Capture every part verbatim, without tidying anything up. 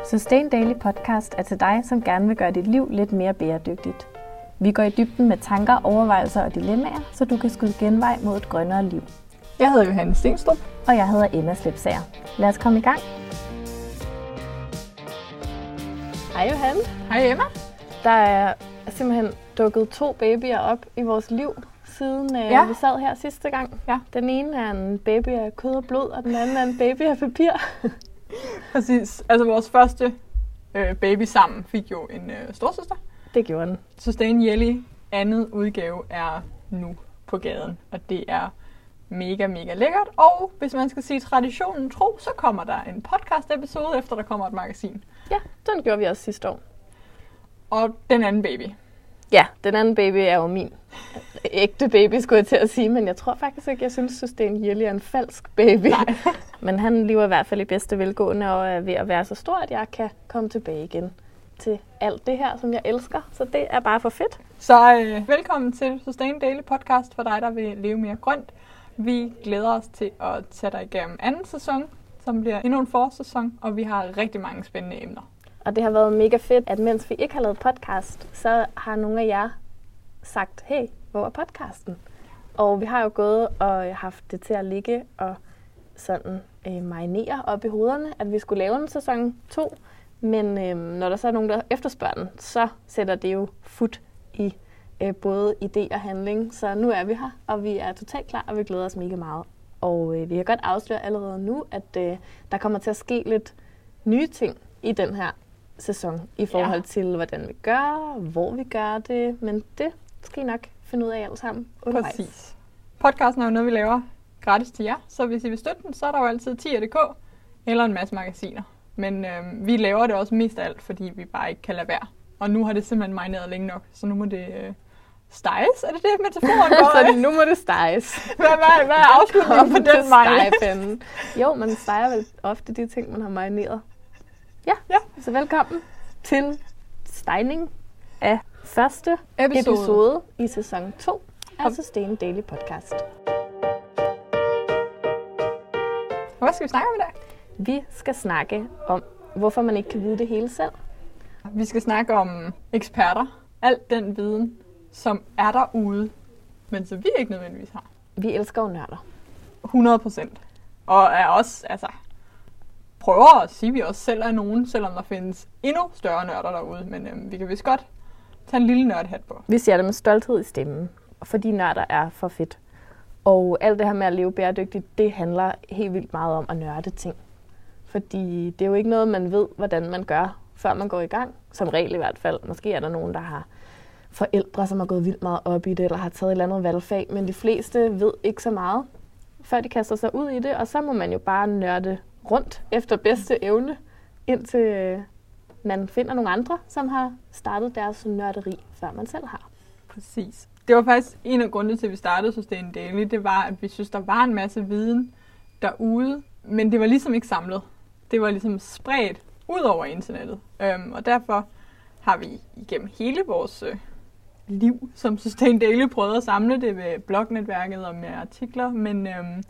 Sustain Daily Podcast er til dig, som gerne vil gøre dit liv lidt mere bæredygtigt. Vi går i dybden med tanker, overvejelser og dilemmaer, så du kan skyde genvej mod et grønnere liv. Jeg hedder Johanne Stenstrup. Og jeg hedder Emma Slipsager. Lad os komme i gang. Hej Johanne. Hej Emma. Der er simpelthen dukket to babyer op i vores liv, siden øh, ja. vi sad her sidste gang. Ja. Den ene er en baby af kød og blod, og den anden er en baby af papir. Præcis. Altså vores første øh, baby sammen fik jo en øh, storsøster. Det gjorde den. Sustain Jelly andet udgave er nu på gaden, og det er mega, mega lækkert. Og hvis man skal sige traditionen tro, så kommer der en podcast-episode, efter der kommer et magasin. Ja, den gjorde vi også sidste år. Og den anden baby. Ja, den anden baby er jo min ægte baby, skulle jeg til at sige, men jeg tror faktisk ikke, jeg synes, Sustain Jelly er en falsk baby. Nej. Men han lever i hvert fald i bedste velgående og er ved at være så stor, at jeg kan komme tilbage igen til alt det her, som jeg elsker. Så det er bare for fedt. Så øh, velkommen til Sustain Daily Podcast for dig, der vil leve mere grønt. Vi glæder os til at tage dig igennem anden sæson, som bliver endnu en forårssæson, og vi har rigtig mange spændende emner. Og det har været mega fedt, at mens vi ikke har lavet podcast, så har nogle af jer sagt, hey, hvor er podcasten? Og vi har jo gået og haft det til at ligge og sådan øh, marinere op i hovederne, at vi skulle lave en sæson to. Men øh, når der så er nogen, der efterspørger den, så sætter det jo fut i øh, både idé og handling. Så nu er vi her, og vi er totalt klar, og vi glæder os mega meget. Og øh, vi kan godt afsløre allerede nu, at øh, der kommer til at ske lidt nye ting i den her sæson, i forhold ja. til, hvordan vi gør, hvor vi gør det. Men det skal I nok finde ud af alle sammen undervejs. Præcis. Podcasten er jo noget, vi laver gratis til jer, så hvis I vil støtte den, så er der jo altid ti punktum d k eller en masse magasiner. Men øh, vi laver det også mest af alt, fordi vi bare ikke kan lade være. Og nu har det simpelthen marineret længe nok, så nu må det øh, steges. Er det det, metaforen går? Så nu må det steges. Hvad, hvad, hvad er afslutningen på den marinering? Jo, man steger vel ofte de ting, man har marineret. Ja, ja. Så velkommen til stegning af første episode, episode i sæson to af Sustain Daily Podcast. Hvad skal vi snakke om i dag? Vi skal snakke om, hvorfor man ikke kan vide det hele selv. Vi skal snakke om eksperter. Alt den viden, som er derude, men som vi ikke nødvendigvis har. Vi elsker jo nørder. hundrede procent. Og er også, altså, prøver at sige, at vi også selv er nogen, selvom der findes endnu større nørder derude. Men øhm, vi kan vist godt tage en lille nørdhat på. Vi siger det med stolthed i stemmen, fordi nørder er for fedt. Og alt det her med at leve bæredygtigt, det handler helt vildt meget om at nørde ting. Fordi det er jo ikke noget, man ved, hvordan man gør, før man går i gang. Som regel i hvert fald. Måske er der nogen, der har forældre, som har gået vildt meget op i det, eller har taget et eller andet valgfag. Men de fleste ved ikke så meget, før de kaster sig ud i det. Og så må man jo bare nørde rundt efter bedste evne, indtil man finder nogle andre, som har startet deres nørderi, før man selv har. Præcis. Det var faktisk en af grundene til, at vi startede Sustain Daily. Det var, at vi synes, der var en masse viden derude, men det var ligesom ikke samlet. Det var ligesom spredt ud over internettet. Øhm, og derfor har vi igennem hele vores øh, liv som Sustain Daily prøvet at samle det ved blognetværket og med artikler. Men øhm,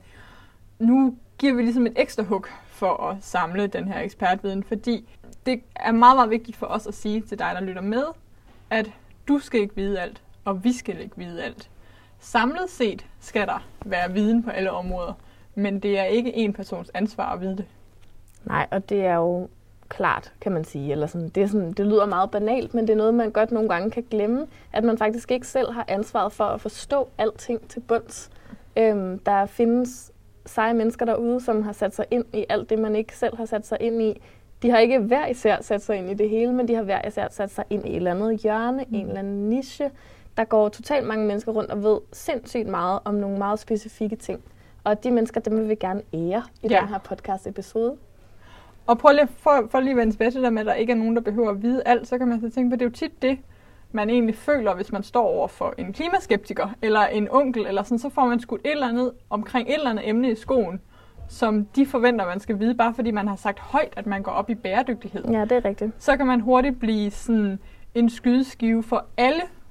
nu giver vi ligesom et ekstra hug for at samle den her ekspertviden, fordi det er meget, meget vigtigt for os at sige til dig, der lytter med, at du skal ikke vide alt, og vi skal ikke vide alt. Samlet set skal der være viden på alle områder, men det er ikke en persons ansvar at vide det. Nej, og det er jo klart, kan man sige. Eller sådan, det, er sådan, det lyder meget banalt, men det er noget, man godt nogle gange kan glemme, at man faktisk ikke selv har ansvaret for at forstå alting til bunds. Øhm, der findes seje mennesker derude, som har sat sig ind i alt det, man ikke selv har sat sig ind i. De har ikke hver især sat sig ind i det hele, men de har hver især sat sig ind i et eller andet hjørne, mm. en eller anden niche. Der går totalt mange mennesker rundt og ved sindssygt meget om nogle meget specifikke ting. Og de mennesker, dem vil vi gerne ære i ja. den her podcast-episode. Og prøv lige, for, for lige at vende tilbage til det med, at der ikke er nogen, der behøver at vide alt, så kan man så tænke på, det er jo tit det, man egentlig føler, hvis man står over for en klimaskeptiker eller en onkel, eller sådan, så får man skudt et eller andet omkring et eller andet emne i skoen, som de forventer, man skal vide, bare fordi man har sagt højt, at man går op i bæredygtighed. Ja, det er rigtigt. Så kan man hurtigt blive sådan en skydeskive for alle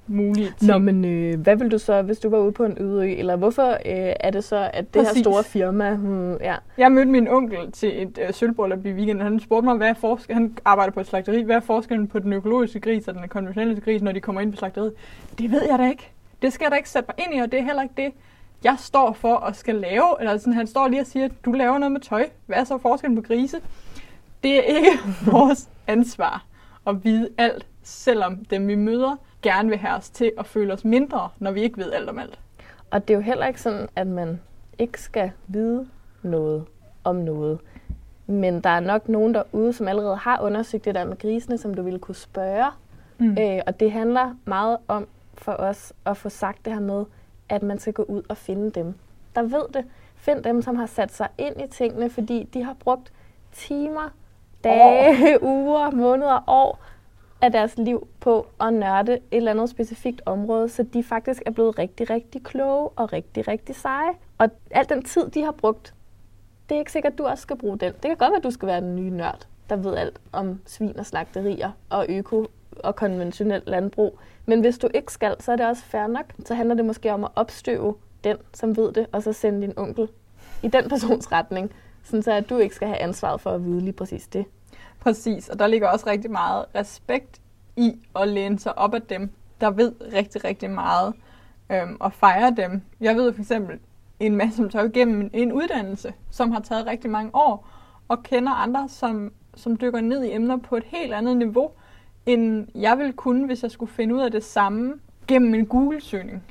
mulige ting. Nå, men øh, hvad vil du så, hvis du var ude på en øde ø, eller hvorfor øh, er det så, at det Præcis. her store firma... Hmm, ja. Jeg mødte min onkel til et øh, sølvbryllup i weekenden, han spurgte mig, hvad er forskellen, han arbejder på et slagteri, hvad er forskellen på den økologiske gris og den konventionelle gris, når de kommer ind på slagteriet? Det ved jeg da ikke. Det skal jeg da ikke sætte mig ind i, og det er heller ikke det, jeg står for og skal lave. Eller sådan, han står lige og siger, du laver noget med tøj. Hvad er så forskellen på grise? Det er ikke vores ansvar at vide alt, selvom dem vi møder gerne vil have os til at føle os mindre, når vi ikke ved alt om alt. Og det er jo heller ikke sådan, at man ikke skal vide noget om noget. Men der er nok nogen derude, som allerede har undersøgt det der med grisene, som du ville kunne spørge. Mm. Øh, og det handler meget om for os at få sagt det her med, at man skal gå ud og finde dem, der ved det. Find dem, som har sat sig ind i tingene, fordi de har brugt timer, dage, oh. uger, måneder, år af deres liv på at nørde et eller andet specifikt område, så de faktisk er blevet rigtig, rigtig kloge og rigtig, rigtig seje. Og al den tid, de har brugt, det er ikke sikkert, at du også skal bruge den. Det kan godt være, at du skal være den nye nørd, der ved alt om svin og slagterier og øko og konventionelt landbrug. Men hvis du ikke skal, så er det også fair nok. Så handler det måske om at opstøve den, som ved det, og så sende din onkel i den persons retning, sådan så at du ikke skal have ansvaret for at vide lige præcis det. Præcis, og der ligger også rigtig meget respekt i at læne sig op af dem, der ved rigtig, rigtig meget, øhm, og fejre dem. Jeg ved for eksempel en masse, som tager igennem en uddannelse, som har taget rigtig mange år, og kender andre, som, som dykker ned i emner på et helt andet niveau, end jeg ville kunne, hvis jeg skulle finde ud af det samme gennem en Google-søgning.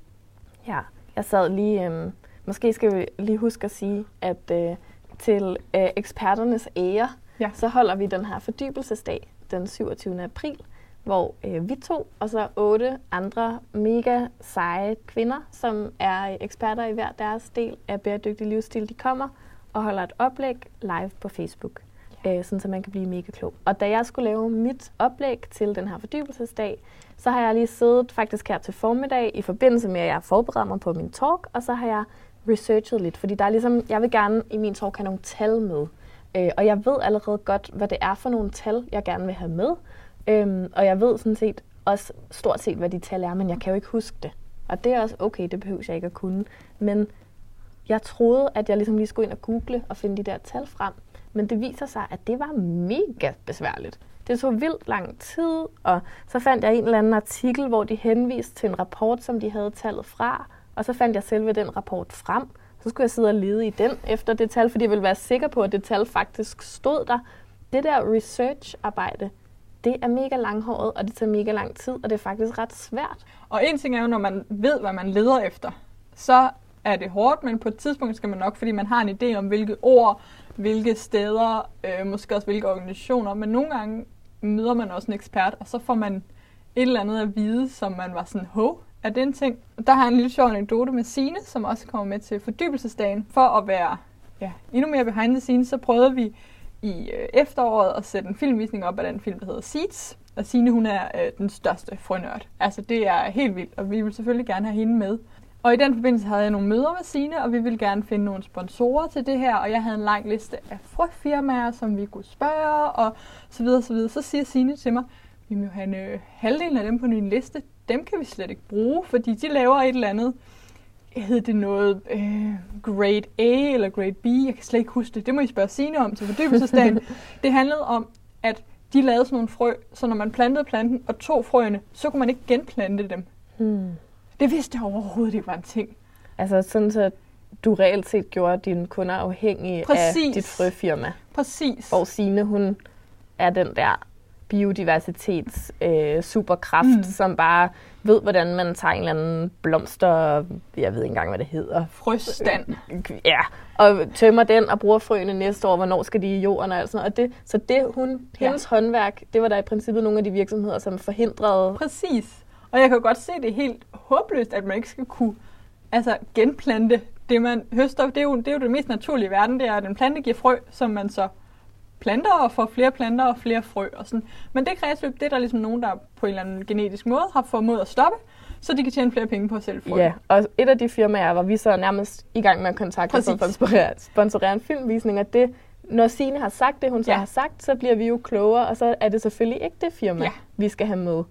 Ja, jeg sad lige... Øhm, måske skal vi lige huske at sige, at øh, til øh, eksperternes ære, ja. så holder vi den her fordybelsesdag den syvogtyvende april, hvor øh, vi to og så otte andre mega seje kvinder, som er eksperter i hver deres del af bæredygtig livsstil, de kommer og holder et oplæg live på Facebook. Øh, sådan så man kan blive mega klog. Og da jeg skulle lave mit oplæg til den her fordybelsesdag, så har jeg lige siddet faktisk her til formiddag i forbindelse med, at jeg forbereder mig på min talk, og så har jeg researchet lidt, fordi der er ligesom, jeg vil gerne i min talk have nogle tal med. Øh, og jeg ved allerede godt, hvad det er for nogle tal, jeg gerne vil have med. Øh, og jeg ved sådan set også stort set, hvad de tal er, men jeg kan jo ikke huske det. Og det er også okay, det behøver jeg ikke at kunne. Men jeg troede, at jeg ligesom lige skulle ind og google og finde de der tal frem. Men det viser sig, at det var mega besværligt. Det tog vildt lang tid, og så fandt jeg en eller anden artikel, hvor de henviste til en rapport, som de havde tallet fra, og så fandt jeg selve den rapport frem. Så skulle jeg sidde og lede i den efter det tal, fordi jeg ville være sikker på, at det tal faktisk stod der. Det der research-arbejde, det er mega langhåret, og det tager mega lang tid, og det er faktisk ret svært. Og en ting er jo, når man ved, hvad man leder efter, så er det hårdt, men på et tidspunkt skal man nok, fordi man har en idé om, hvilke ord, hvilke steder, øh, måske også hvilke organisationer, men nogle gange møder man også en ekspert, og så får man et eller andet at vide, som man var sådan, hov, er det en ting? Der har jeg en lille sjov anekdote med Signe, som også kommer med til fordybelsesdagen. For at være ja, endnu mere behind the scenes, så prøvede vi i øh, efteråret at sætte en filmvisning op af den film, der hedder Seeds. Og Signe, hun er øh, den største frønørd. Altså det er helt vildt, og vi vil selvfølgelig gerne have hende med. Og i den forbindelse havde jeg nogle møder med Signe, og vi ville gerne finde nogle sponsorer til det her, og jeg havde en lang liste af frøfirmaer, som vi kunne spørge, og så videre, så videre. Så siger Signe til mig, vi må jo have en øh, halvdelen af dem på din liste, dem kan vi slet ikke bruge, fordi de laver et eller andet, hed det noget øh, grade A eller grade B, jeg kan slet ikke huske det, det må I spørge Signe om til fordybelsesdagen. Det handlede om, at de lavede sådan nogle frø, så når man plantede planten og tog frøene, så kunne man ikke genplante dem. Hmm. Det vidste jeg overhovedet ikke var en ting. Altså sådan, så du reelt set gjorde dine kunder afhængige Præcis. af dit frøfirma. Præcis. Hvor Signe, hun er den der biodiversitets øh, superkraft, mm. som bare ved, hvordan man tager en eller anden blomster, jeg ved ikke engang, hvad det hedder. Frøstand. Ja, og tømmer den og bruger frøene næste år, hvornår skal de i jorden og alt sådan noget. Og det, så det, hun, hendes ja. håndværk, det var der i princippet nogle af de virksomheder, som forhindrede. Præcis. Og jeg kan godt se, det er helt håbløst, at man ikke skal kunne altså, genplante det, man høster. Det er, jo, det er jo det mest naturlige i verden, det er, at en plante giver frø, som man så planter og får flere planter og flere frø. Og sådan. Men det kredsløb, det er der ligesom nogen, der på en eller anden genetisk måde har formået at stoppe, så de kan tjene flere penge på at sælge frø. Ja, og et af de firmaer, hvor vi så nærmest i gang med at kontakte for at sponsorere, sponsorere en filmvisning, og det, når Signe har sagt det, hun så ja. har sagt, så bliver vi jo klogere, og så er det selvfølgelig ikke det firma, ja. vi skal have med.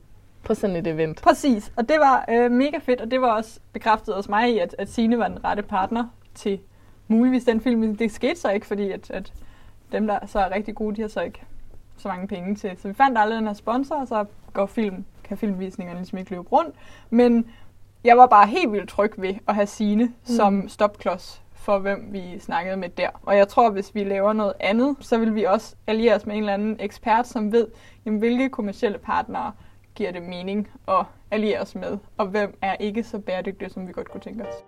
på sådan et event. Præcis, og det var øh, mega fedt, og det var også bekræftet hos mig i, at, at Signe var den rette partner til muligvis den film. Det skete så ikke, fordi at, at dem, der så er rigtig gode, de har så ikke så mange penge til. Så vi fandt aldrig den her sponsor, og så går film, kan filmvisningerne ligesom ikke løbe rundt. Men jeg var bare helt vildt tryg ved at have Signe mm. som stopklods for hvem vi snakkede med der. Og jeg tror, hvis vi laver noget andet, så vil vi også alliere os med en eller anden ekspert, som ved, jamen, hvilke kommercielle partnere giver det mening at alliere os med, og hvem er ikke så bæredygtige, som vi godt kunne tænke os.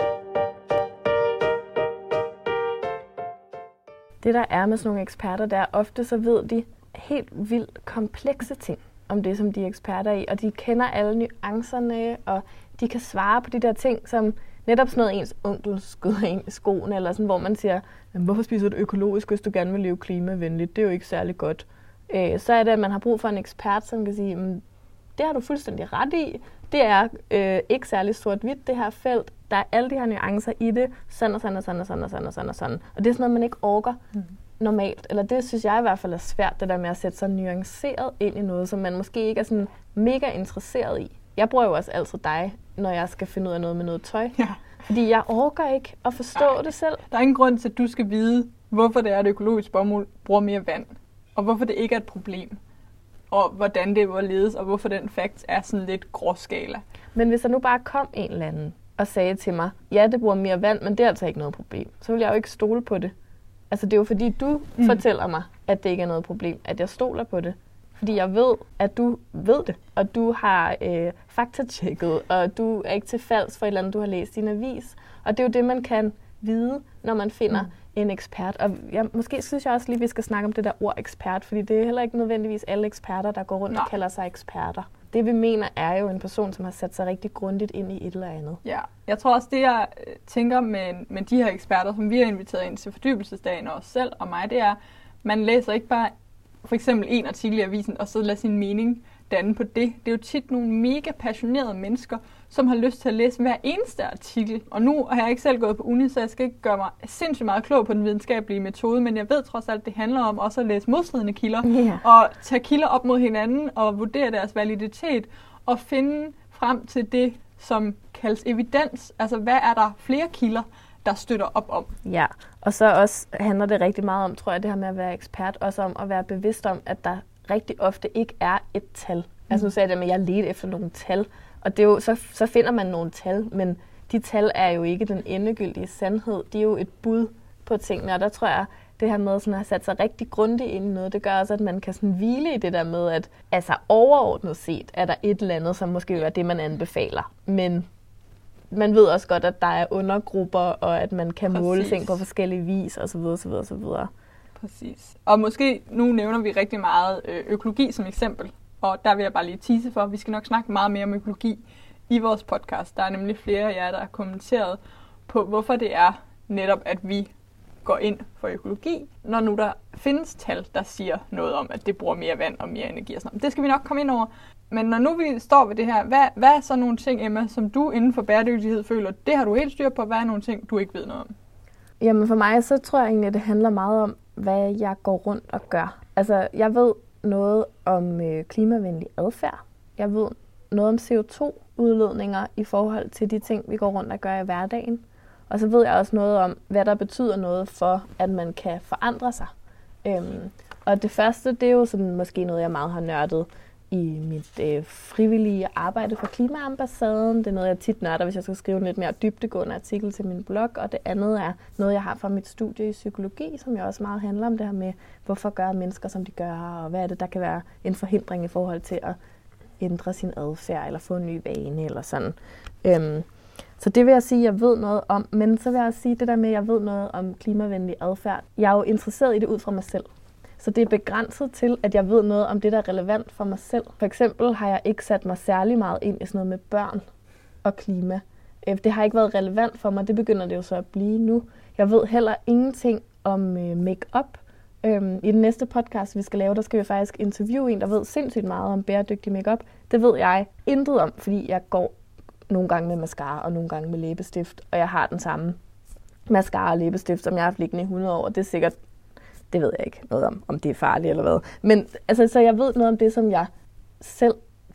Det der er med sådan nogle eksperter, der ofte så ved de helt vildt komplekse ting om det, som de er eksperter i, og de kender alle nuancerne, og de kan svare på de der ting, som netop sådan noget ens onkel skyder ind i skoen, eller sådan, hvor man siger, hvorfor spiser du økologisk, hvis du gerne vil leve klimavenligt? Det er jo ikke særlig godt. Øh, så er det, at man har brug for en ekspert, som kan sige, det har du fuldstændig ret i. Det er øh, ikke særlig sort-hvidt, det her felt. Der er alle de her nuancer i det, sådan og sådan og sådan og sådan og sådan og sådan og sådan. Og det er sådan noget, man ikke orker mm. normalt. Eller det synes jeg i hvert fald er svært, det der med at sætte sig nuanceret ind i noget, som man måske ikke er sådan mega interesseret i. Jeg bruger jo også altid dig, når jeg skal finde ud af noget med noget tøj. Ja. Fordi jeg orker ikke at forstå Ej. det selv. Der er ingen grund til, at du skal vide, hvorfor det er, at økologisk bomuld bruger mere vand. Og hvorfor det ikke er et problem. Og hvordan det var ledes, og hvorfor den fakt er sådan lidt gråskala. Men hvis der nu bare kom en eller anden og sagde til mig, ja, det bruger mere vand, men det er altså ikke noget problem, så vil jeg jo ikke stole på det. Altså det er jo fordi, du mm. fortæller mig, at det ikke er noget problem, at jeg stoler på det. Fordi jeg ved, at du ved det, og du har øh, faktatjekket, og du er ikke til falsk for et eller andet, du har læst i en avis. Og det er jo det, man kan vide, når man finder mm. en ekspert. Og jeg, måske synes jeg også lige, at vi skal snakke om det der ord ekspert, fordi det er heller ikke nødvendigvis alle eksperter, der går rundt Nej. og kalder sig eksperter. Det vi mener er jo en person, som har sat sig rigtig grundigt ind i et eller andet. Ja, jeg tror også, det jeg tænker med, med de her eksperter, som vi har inviteret ind til fordybelsesdagen, og os selv og mig, det er, man læser ikke bare for eksempel en artikel i avisen, og så lader sin mening danne på det. Det er jo tit nogle mega passionerede mennesker, som har lyst til at læse hver eneste artikel. Og nu har jeg ikke selv gået på uni, så jeg skal ikke gøre mig sindssygt meget klog på den videnskabelige metode, men jeg ved trods alt, det handler om også at læse modstridende kilder, yeah. og tage kilder op mod hinanden, og vurdere deres validitet, og finde frem til det, som kaldes evidens. Altså, hvad er der flere kilder, der støtter op om? Ja, og så også handler det rigtig meget om, tror jeg, det her med at være ekspert, også om at være bevidst om, at der rigtig ofte ikke er et tal. Mm. Altså nu sagde jeg det med, at jeg ledte efter nogle tal, og det er jo, så, så finder man nogle tal, men de tal er jo ikke den endegyldige sandhed. De er jo et bud på tingene, og der tror jeg, det her med sådan at have sat sig rigtig grundigt ind i noget, det gør også, at man kan sådan hvile i det der med, at altså overordnet set er der et eller andet, som måske er det, man anbefaler. Men man ved også godt, at der er undergrupper, og at man kan Præcis. måle ting på forskellige vis, osv. osv., osv. Præcis. Og måske nu nævner vi rigtig meget økologi som eksempel, og der vil jeg bare lige tease for, at vi skal nok snakke meget mere om økologi i vores podcast. Der er nemlig flere af jer, der har kommenteret på, hvorfor det er netop, at vi går ind for økologi, når nu der findes tal, der siger noget om, at det bruger mere vand og mere energi og sådan noget. Det skal vi nok komme ind over. Men når nu vi står ved det her, hvad, hvad er så nogle ting, Emma, som du inden for bæredygtighed føler, det har du helt styr på, hvad er nogle ting, du ikke ved noget om? Jamen for mig, så tror jeg egentlig, at det handler meget om, hvad jeg går rundt og gør. Altså, jeg ved noget om øh, klimavenlig adfærd. Jeg ved noget om C O to udledninger i forhold til de ting, vi går rundt og gør i hverdagen. Og så ved jeg også noget om, hvad der betyder noget for, at man kan forandre sig. Øhm, og det første, det er jo sådan måske noget, jeg meget har nørdet i mit øh, frivillige arbejde for Klimaambassaden. Det er noget, jeg tit nørder, hvis jeg skal skrive en lidt mere dybdegående artikel til min blog. Og det andet er noget, jeg har fra mit studie i psykologi, som jo også meget handler om det her med, hvorfor gør mennesker, som de gør, og hvad er det, der kan være en forhindring i forhold til at ændre sin adfærd, eller få en ny vane, eller sådan. Øhm, så det vil jeg sige, jeg ved noget om. Men så vil jeg også sige det der med, at jeg ved noget om klimavenlig adfærd. Jeg er jo interesseret i det ud fra mig selv. Så det er begrænset til, at jeg ved noget om det, der er relevant for mig selv. For eksempel har jeg ikke sat mig særlig meget ind i sådan noget med børn og klima. Det har ikke været relevant for mig, det begynder det jo så at blive nu. Jeg ved heller ingenting om make-up. I den næste podcast, vi skal lave, der skal vi faktisk interviewe en, der ved sindssygt meget om bæredygtig make-up. Det ved jeg intet om, fordi jeg går nogle gange med mascara og nogle gange med læbestift, og jeg har den samme mascara og læbestift, som jeg har haft liggende i hundrede år. Det er sikkert, det ved jeg ikke noget om, om det er farligt eller hvad. Men altså, så jeg ved noget om det, som jeg selv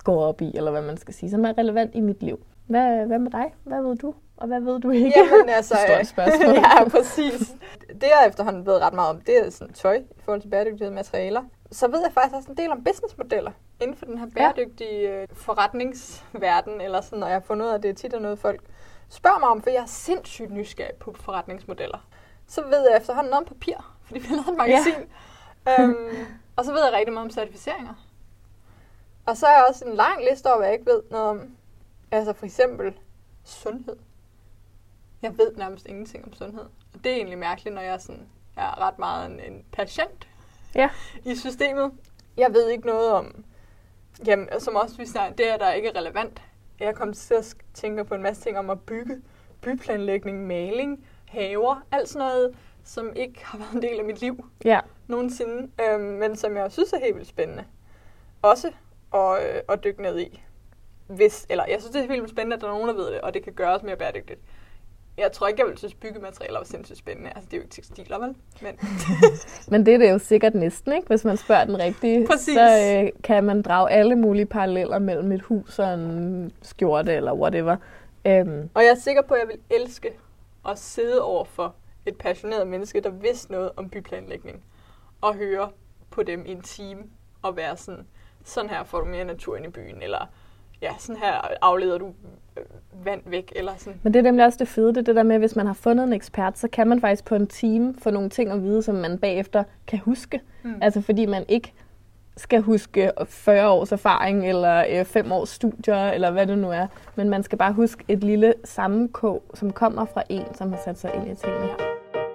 går op i, eller hvad man skal sige, som er relevant i mit liv. Hvad, hvad med dig? Hvad ved du? Og hvad ved du ikke? Jamen altså, stort spørgsmål. ja, præcis. Det jeg efterhånden ved ret meget om, det er sådan tøj i forhold til bæredygtige materialer. Så ved jeg faktisk også en del om businessmodeller inden for den her bæredygtige ja. forretningsverden, eller sådan, når jeg har fundet ud af, at det er tit er noget, folk spørger mig om, for jeg er sindssygt nysgerrig på forretningsmodeller. Så ved jeg efterhånden noget om papir, fordi vi har lavet et magasin. Ja. øhm, og så ved jeg rigtig meget om certificeringer. Og så er jeg også en lang liste over, hvad jeg ikke ved noget om. Altså for eksempel sundhed. Jeg ved nærmest ingenting om sundhed. Og det er egentlig mærkeligt, når jeg er, sådan, jeg er ret meget en, en patient ja. i systemet. Jeg ved ikke noget om, jamen, som også vi snakker, det er der ikke er relevant. Jeg kommer til at tænke på en masse ting om at bygge, byplanlægning, maling, haver, alt sådan noget, som ikke har været en del af mit liv ja. nogensinde, øhm, men som jeg synes er helt vildt spændende. Også at, øh, at dykke ned i. Hvis, eller jeg synes, det er helt vildt spændende, at der er nogen, der ved det, og det kan gøres mere bæredygtigt. Jeg tror ikke, jeg vil synes, byggematerialer var sindssygt spændende. Altså, det er jo ikke tekstiler, vel? Men, Men det er det jo sikkert næsten, ikke? Hvis man spørger den rigtige. Præcis. Så øh, kan man drage alle mulige paralleller mellem et hus og en skjorte eller whatever. Um. Og jeg er sikker på, at jeg vil elske at sidde over for et passioneret menneske, der vidste noget om byplanlægning. Og høre på dem i en time og være sådan, sådan her får du mere natur ind i byen, eller ja, sådan her afleder du vand væk, eller sådan. Men det er nemlig også det fede, det, det der med, at hvis man har fundet en ekspert, så kan man faktisk på en time få nogle ting at vide, som man bagefter kan huske. Mm. Altså fordi man ikke skal huske fyrre års erfaring, eller fem års studier, eller hvad det nu er. Men man skal bare huske et lille sammenkog, som kommer fra en, som har sat sig ind i tingene. Ja.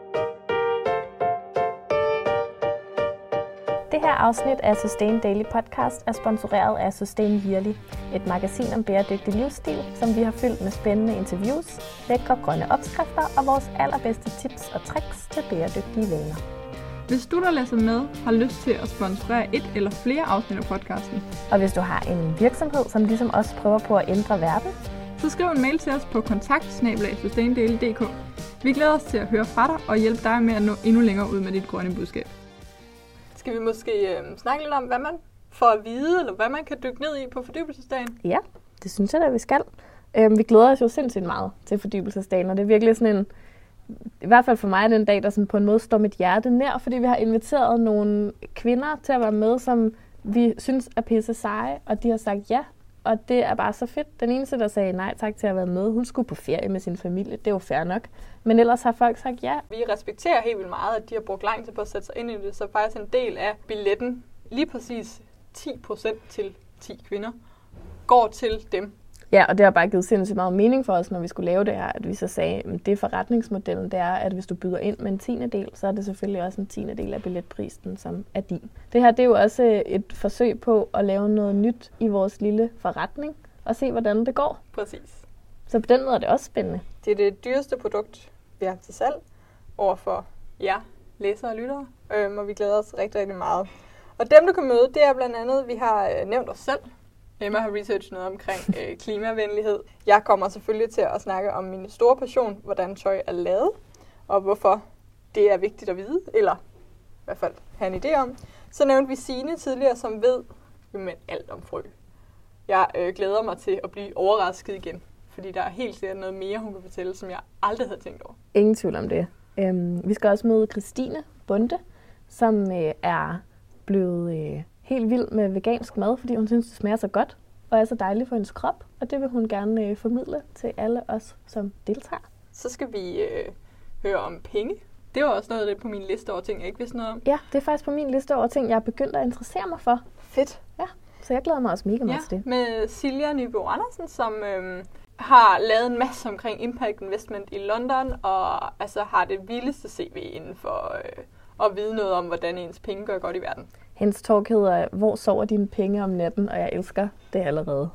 Det her afsnit af Sustain Daily Podcast er sponsoreret af Sustain Yearly, et magasin om bæredygtig livsstil, som vi har fyldt med spændende interviews, lækre grønne opskrifter og vores allerbedste tips og tricks til bæredygtige vaner. Hvis du, der læser med, har lyst til at sponsorere et eller flere afsnit af podcasten, og hvis du har en virksomhed, som ligesom os prøver på at ændre verden, så skriv en mail til os på kontakt snabel-a sustaindaily punktum d k. Vi glæder os til at høre fra dig og hjælpe dig med at nå endnu længere ud med dit grønne budskab. Skal vi måske øh, snakke lidt om, hvad man får at vide, eller hvad man kan dykke ned i på fordybelsesdagen? Ja, det synes jeg da, vi skal. Øhm, vi glæder os jo sindssygt meget til fordybelsesdagen, og det er virkelig sådan en, i hvert fald for mig er det en dag, der sådan på en måde står mit hjerte nær, fordi vi har inviteret nogle kvinder til at være med, som vi synes er pisse seje, og de har sagt ja, og det er bare så fedt. Den eneste, der sagde nej tak til at være med, hun skulle på ferie med sin familie, det er jo fair nok. Men ellers har folk sagt ja. Vi respekterer helt vildt meget, at de har brugt lang tid på at sætte sig ind i det, så faktisk en del af billetten, lige præcis ti procent til ti kvinder, går til dem. Ja, og det har bare givet sindssygt meget mening for os, når vi skulle lave det her, at vi så sagde, at det forretningsmodellen, det er, at hvis du byder ind med en tiende del, så er det selvfølgelig også en tiende del af billetprisen, som er din. Det her, det er jo også et forsøg på at lave noget nyt i vores lille forretning, og se, hvordan det går. Præcis. Så på den måde er det også spændende. Det er det dyreste produkt, vi har til salg, overfor jer, læsere og lyttere, øhm, og vi glæder os rigtig, rigtig meget. Og dem, du kan møde, det er blandt andet, vi har øh, nævnt os selv. Emma har researchet noget omkring øh, klimavenlighed. Jeg kommer selvfølgelig til at snakke om min store passion, hvordan tøj er lavet, og hvorfor det er vigtigt at vide, eller i hvert fald have en idé om. Så nævnte vi Signe tidligere, som ved jamen, alt om frø. Jeg øh, glæder mig til at blive overrasket igen, fordi der er helt sikkert noget mere, hun kan fortælle, som jeg aldrig havde tænkt over. Ingen tvivl om det. Øhm, vi skal også møde Christine Bunde, som øh, er blevet øh, helt vild med vegansk mad, fordi hun synes, det smager så godt og er så dejligt for hendes krop, og det vil hun gerne øh, formidle til alle os, som deltager. Så skal vi øh, høre om penge. Det var også noget af det på min liste over ting, jeg ikke vidste noget om. Ja, det er faktisk på min liste over ting, jeg er begyndt at interessere mig for. Fedt. Ja, så jeg glæder mig også mega meget ja, til det. Med Silja Nybo Andersen, som øh, har lavet en masse omkring Impact Investment i London, og altså har det vildeste C V inden for øh, at vide noget om, hvordan ens penge gør godt i verden. Hendes talk hedder, hvor sover dine penge om natten, og jeg elsker det allerede.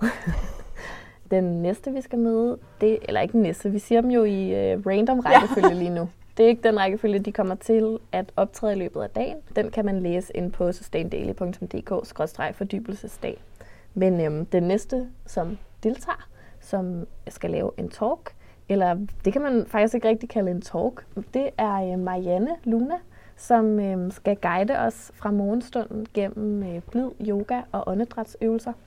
Den næste, vi skal møde, det, eller ikke den næste, vi siger dem jo i uh, random rækkefølge ja. lige nu. Det er ikke den rækkefølge, de kommer til at optræde i løbet af dagen. Den kan man læse ind på sustaindaily punktum d k skråstreg fordybelsesdag. Men øhm, den næste, som deltager, som skal lave en talk, eller det kan man faktisk ikke rigtig kalde en talk, det er øh, Marianne Luna, som øh, skal guide os fra morgenstunden gennem øh, blid yoga og åndedrætsøvelser,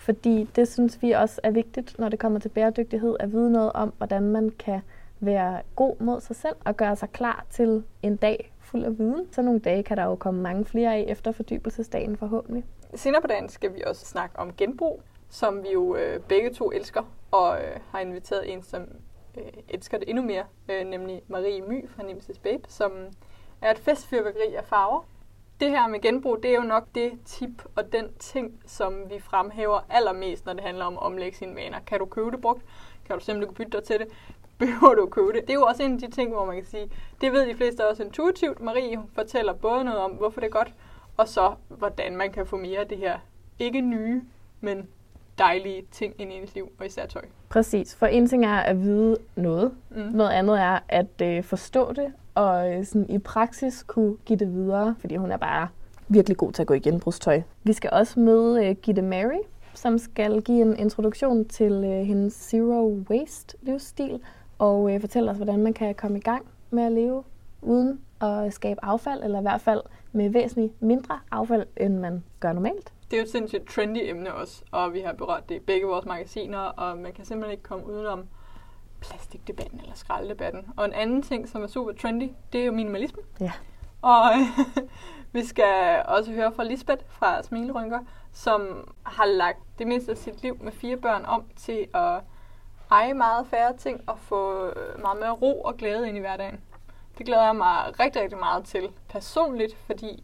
fordi det synes vi også er vigtigt, når det kommer til bæredygtighed, at vide noget om, hvordan man kan være god mod sig selv og gøre sig klar til en dag fuld af viden. Så nogle dage kan der jo komme mange flere af efter fordybelsesdagen forhåbentlig. Senere på dagen skal vi også snakke om genbrug, som vi jo øh, begge to elsker, og øh, har inviteret en, som øh, elsker det endnu mere, øh, nemlig Marie My fra Nemesis Babe, som er et festfyrværkeri af farver. Det her med genbrug, det er jo nok det tip og den ting, som vi fremhæver allermest, når det handler om at omlægge sine vaner. Kan du købe det brugt? Kan du simpelthen bytte dig til det? Behøver du at købe det? Det er jo også en af de ting, hvor man kan sige, det ved de fleste også intuitivt. Marie fortæller både noget om, hvorfor det er godt, og så hvordan man kan få mere af det her, ikke nye, men dejlige ting ind i ens liv, og især tøj. Præcis, for en ting er at vide noget. Mm. Noget andet er at øh, forstå det, og øh, sådan, i praksis kunne give det videre, fordi hun er bare virkelig god til at gå i genbrugstøj. Vi skal også møde øh, Gitte Mary, som skal give en introduktion til øh, hendes Zero Waste livsstil, og øh, fortælle os, hvordan man kan komme i gang med at leve uden at skabe affald, eller i hvert fald med væsentligt mindre affald, end man gør normalt. Det er jo et sindssygt trendy emne også, og vi har berørt det i begge vores magasiner, og man kan simpelthen ikke komme udenom plastikdebatten eller skraldedebatten. Og en anden ting, som er super trendy, det er jo minimalisme. Ja. Og vi skal også høre fra Lisbeth fra Smilerynker, som har lagt det meste af sit liv med fire børn om til at eje meget færre ting og få meget mere ro og glæde ind i hverdagen. Det glæder jeg mig rigtig, rigtig meget til personligt, fordi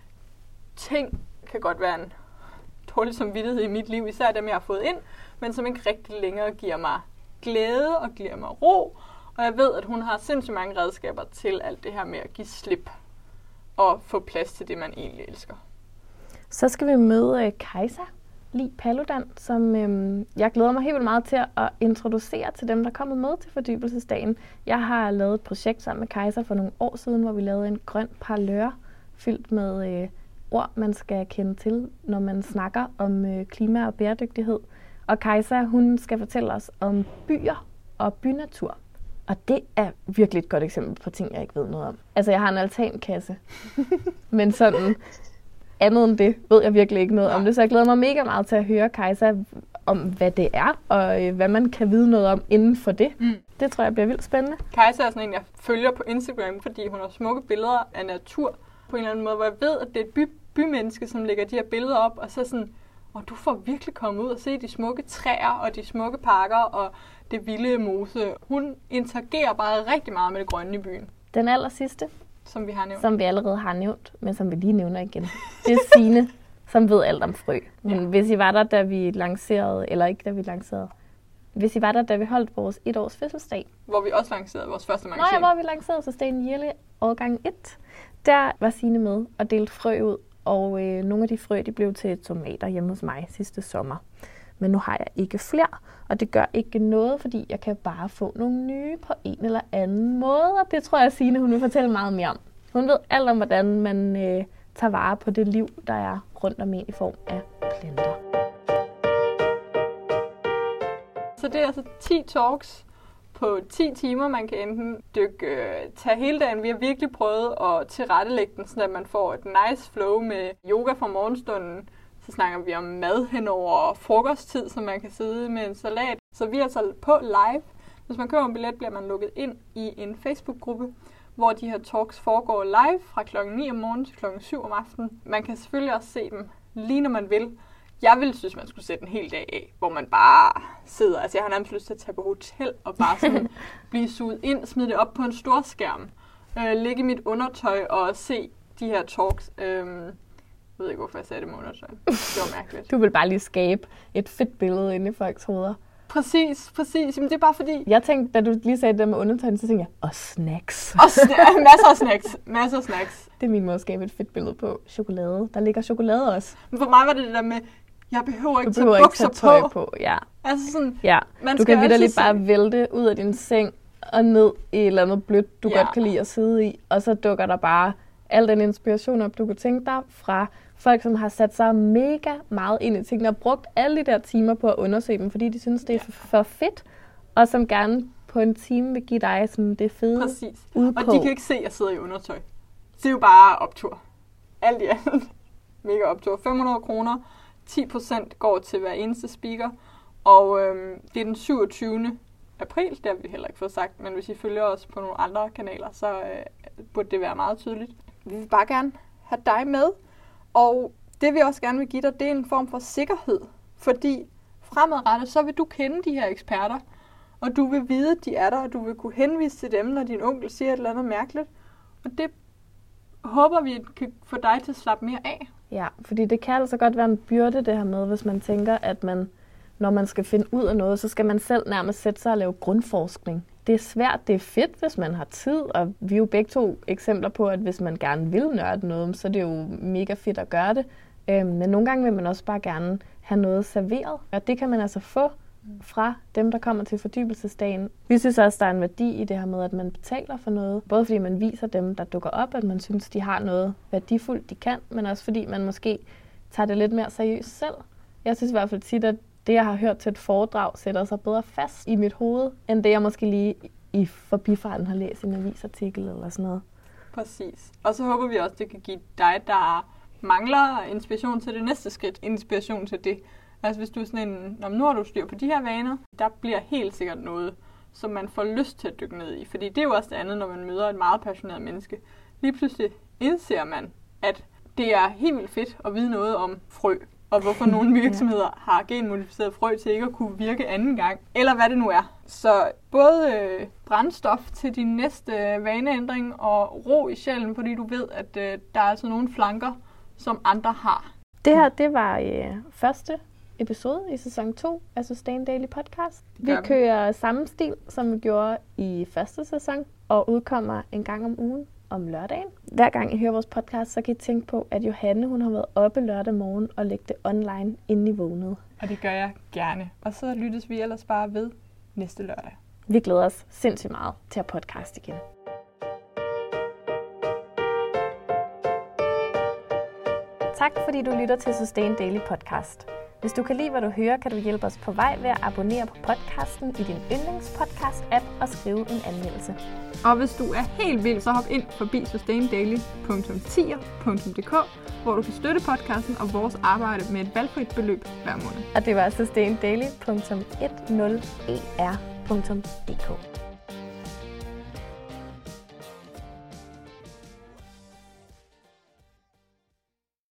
ting kan godt være en dårlig samvittighed i mit liv, især dem, jeg har fået ind, men som ikke rigtig længere giver mig glæde og giver mig ro. Og jeg ved, at hun har sindssygt mange redskaber til alt det her med at give slip og få plads til det, man egentlig elsker. Så skal vi møde uh, Kajsa Li Paludan, som øhm, jeg glæder mig helt vildt meget til at introducere til dem, der er kommet med til fordybelsesdagen. Jeg har lavet et projekt sammen med Kajsa for nogle år siden, hvor vi lavede en grøn parlør fyldt med øh, ord, man skal kende til, når man snakker om øh, klima og bæredygtighed. Og Kajsa, hun skal fortælle os om byer og bynatur. Og det er virkelig et godt eksempel på ting, jeg ikke ved noget om. Altså, jeg har en altankasse, men sådan andet end det ved jeg virkelig ikke noget om det. Så jeg glæder mig mega meget til at høre Kajsa om, hvad det er, og øh, hvad man kan vide noget om inden for det. Mm. Det tror jeg bliver vildt spændende. Kajsa er sådan en, jeg følger på Instagram, fordi hun har smukke billeder af natur på en eller anden måde, hvor jeg ved, at det er et by, bymenneske, som lægger de her billeder op, og så sådan, og du får virkelig komme ud og se de smukke træer, og de smukke parker, og det vilde mose. Hun interagerer bare rigtig meget med det grønne i byen. Den aller sidste, som vi har nævnt. Som vi allerede har nævnt, men som vi lige nævner igen. Det er Signe, som ved alt om frø. Men ja. Hvis I var der, da vi lancerede, eller ikke da vi lancerede, hvis I var der, da vi holdt vores et års fødselsdag. Hvor vi også lancerede vores første magasin. Nå ja, hvor vi lancerede Sustainable årgang et. Der var Signe med og delte frø ud, og øh, nogle af de frø, de blev til tomater hjemme hos mig sidste sommer. Men nu har jeg ikke flere, og det gør ikke noget, fordi jeg kan bare få nogle nye på en eller anden måde. Og det tror jeg, Signe, hun vil fortælle meget mere om. Hun ved alt om, hvordan man øh, tager vare på det liv, der er rundt om en i form af planter. Så det er altså ti talks på ti timer, man kan enten dykke, øh, tage hele dagen. Vi har virkelig prøvet at tilrettelægge den, så man får et nice flow med yoga fra morgenstunden. Så snakker vi om mad hen over frokosttid, så man kan sidde med en salat. Så vi er altså på live. Hvis man køber en billet, bliver man lukket ind i en Facebook-gruppe, hvor de her talks foregår live fra klokken ni om morgenen til klokken syv om aftenen. Man kan selvfølgelig også se dem lige når man vil. Jeg ville synes, man skulle sætte en hel dag af, hvor man bare sidder. Altså jeg har nærmest lyst til at tage på hotel og bare sådan blive suget ind, smide det op på en stor skærm. Øh, ligge i mit undertøj og se de her talks. Øh, Jeg ved ikke, hvorfor jeg sagde det med undertøj. Det var mærkeligt. Du vil bare lige skabe et fedt billede inde i folks hoveder. Præcis, præcis. Men det er bare fordi... Jeg tænkte, da du lige sagde det med undertøj, så tænkte jeg, og snacks. Og sn- masser af snacks. Masser af snacks. Det er min måde at skabe et fedt billede på. Chokolade. Der ligger chokolade også. Men for mig var det det der med, jeg behøver ikke du behøver tage bukser ikke tage tøj på. på. Ja. Altså sådan, ja. Man du kan vitterligt bare se... vælte ud af din seng og ned i et eller andet blødt, du ja. godt kan lide at sidde i. Og så dukker der bare al den inspiration op, du kunne tænke dig fra folk, som har sat sig mega meget ind i tingene og brugt alle de der timer på at undersøge dem, fordi de synes, det er ja. for fedt, og som gerne på en time vil give dig sådan det fede Præcis. udkog. Og de kan ikke se, at jeg sidder i undertøj. Det er jo bare optur. Alt i alt. Mega optur. fem hundrede kroner ti procent går til hver eneste speaker, og øh, det er den syvogtyvende april, det har vi heller ikke fået sagt, men hvis I følger os på nogle andre kanaler, så øh, burde det være meget tydeligt. Vi vil bare gerne have dig med, og det vi også gerne vil give dig, det er en form for sikkerhed, fordi fremadrettet, så vil du kende de her eksperter, og du vil vide, at de er der, og du vil kunne henvise til dem, når din onkel siger et eller andet mærkeligt. Og det håber vi kan få dig til at slappe mere af. Ja, fordi det kan altså godt være en byrde, det her med, hvis man tænker, at man, når man skal finde ud af noget, så skal man selv nærmest sætte sig og lave grundforskning. Det er svært, det er fedt, hvis man har tid, og vi er jo begge to eksempler på, at hvis man gerne vil nørde noget, så er det jo mega fedt at gøre det. Men nogle gange vil man også bare gerne have noget serveret, og det kan man altså få fra dem, der kommer til fordybelsesdagen. Vi synes også, der er en værdi i det her med, at man betaler for noget. Både fordi man viser dem, der dukker op, at man synes, de har noget værdifuldt, de kan, men også fordi man måske tager det lidt mere seriøst selv. Jeg synes i hvert fald tit, at det, jeg har hørt til et foredrag, sætter sig bedre fast i mit hoved, end det, jeg måske lige i forbifarten har læst i en avisartikel eller sådan noget. Præcis. Og så håber vi også, det kan give dig, der mangler inspiration til det næste skridt, inspiration til det. Altså hvis du er sådan en, når nu har du styr på de her vaner, der bliver helt sikkert noget, som man får lyst til at dykke ned i. Fordi det er jo også det andet, når man møder et meget passioneret menneske. Lige pludselig indser man, at det er helt vildt fedt at vide noget om frø, og hvorfor nogle virksomheder har genmodificeret frø til ikke at kunne virke anden gang, eller hvad det nu er. Så både øh, brændstof til din næste øh, vaneændring og ro i sjælen, fordi du ved, at øh, der er altså nogle flanker, som andre har. Det her, det var øh, første episode i sæson to af Sustain Daily Podcast. Vi kører samme stil, som vi gjorde i første sæson, og udkommer en gang om ugen om lørdagen. Hver gang I hører vores podcast, så kan I tænke på, at Johanne hun har været oppe lørdag morgen og lægge det online, inden I vågnede. Og det gør jeg gerne. Og så lyttes vi ellers bare ved næste lørdag. Vi glæder os sindssygt meget til at podcast igen. Tak fordi du lytter til Sustain Daily Podcast. Hvis du kan lide, hvad du hører, kan du hjælpe os på vej ved at abonnere på podcasten i din yndlingspodcast-app og skrive en anmeldelse. Og hvis du er helt vild, så hop ind forbi sustain daily punktum tier punktum d k, hvor du kan støtte podcasten og vores arbejde med et valgfrit beløb hver måned. Og det var sustain daily punktum ti e r punktum d k.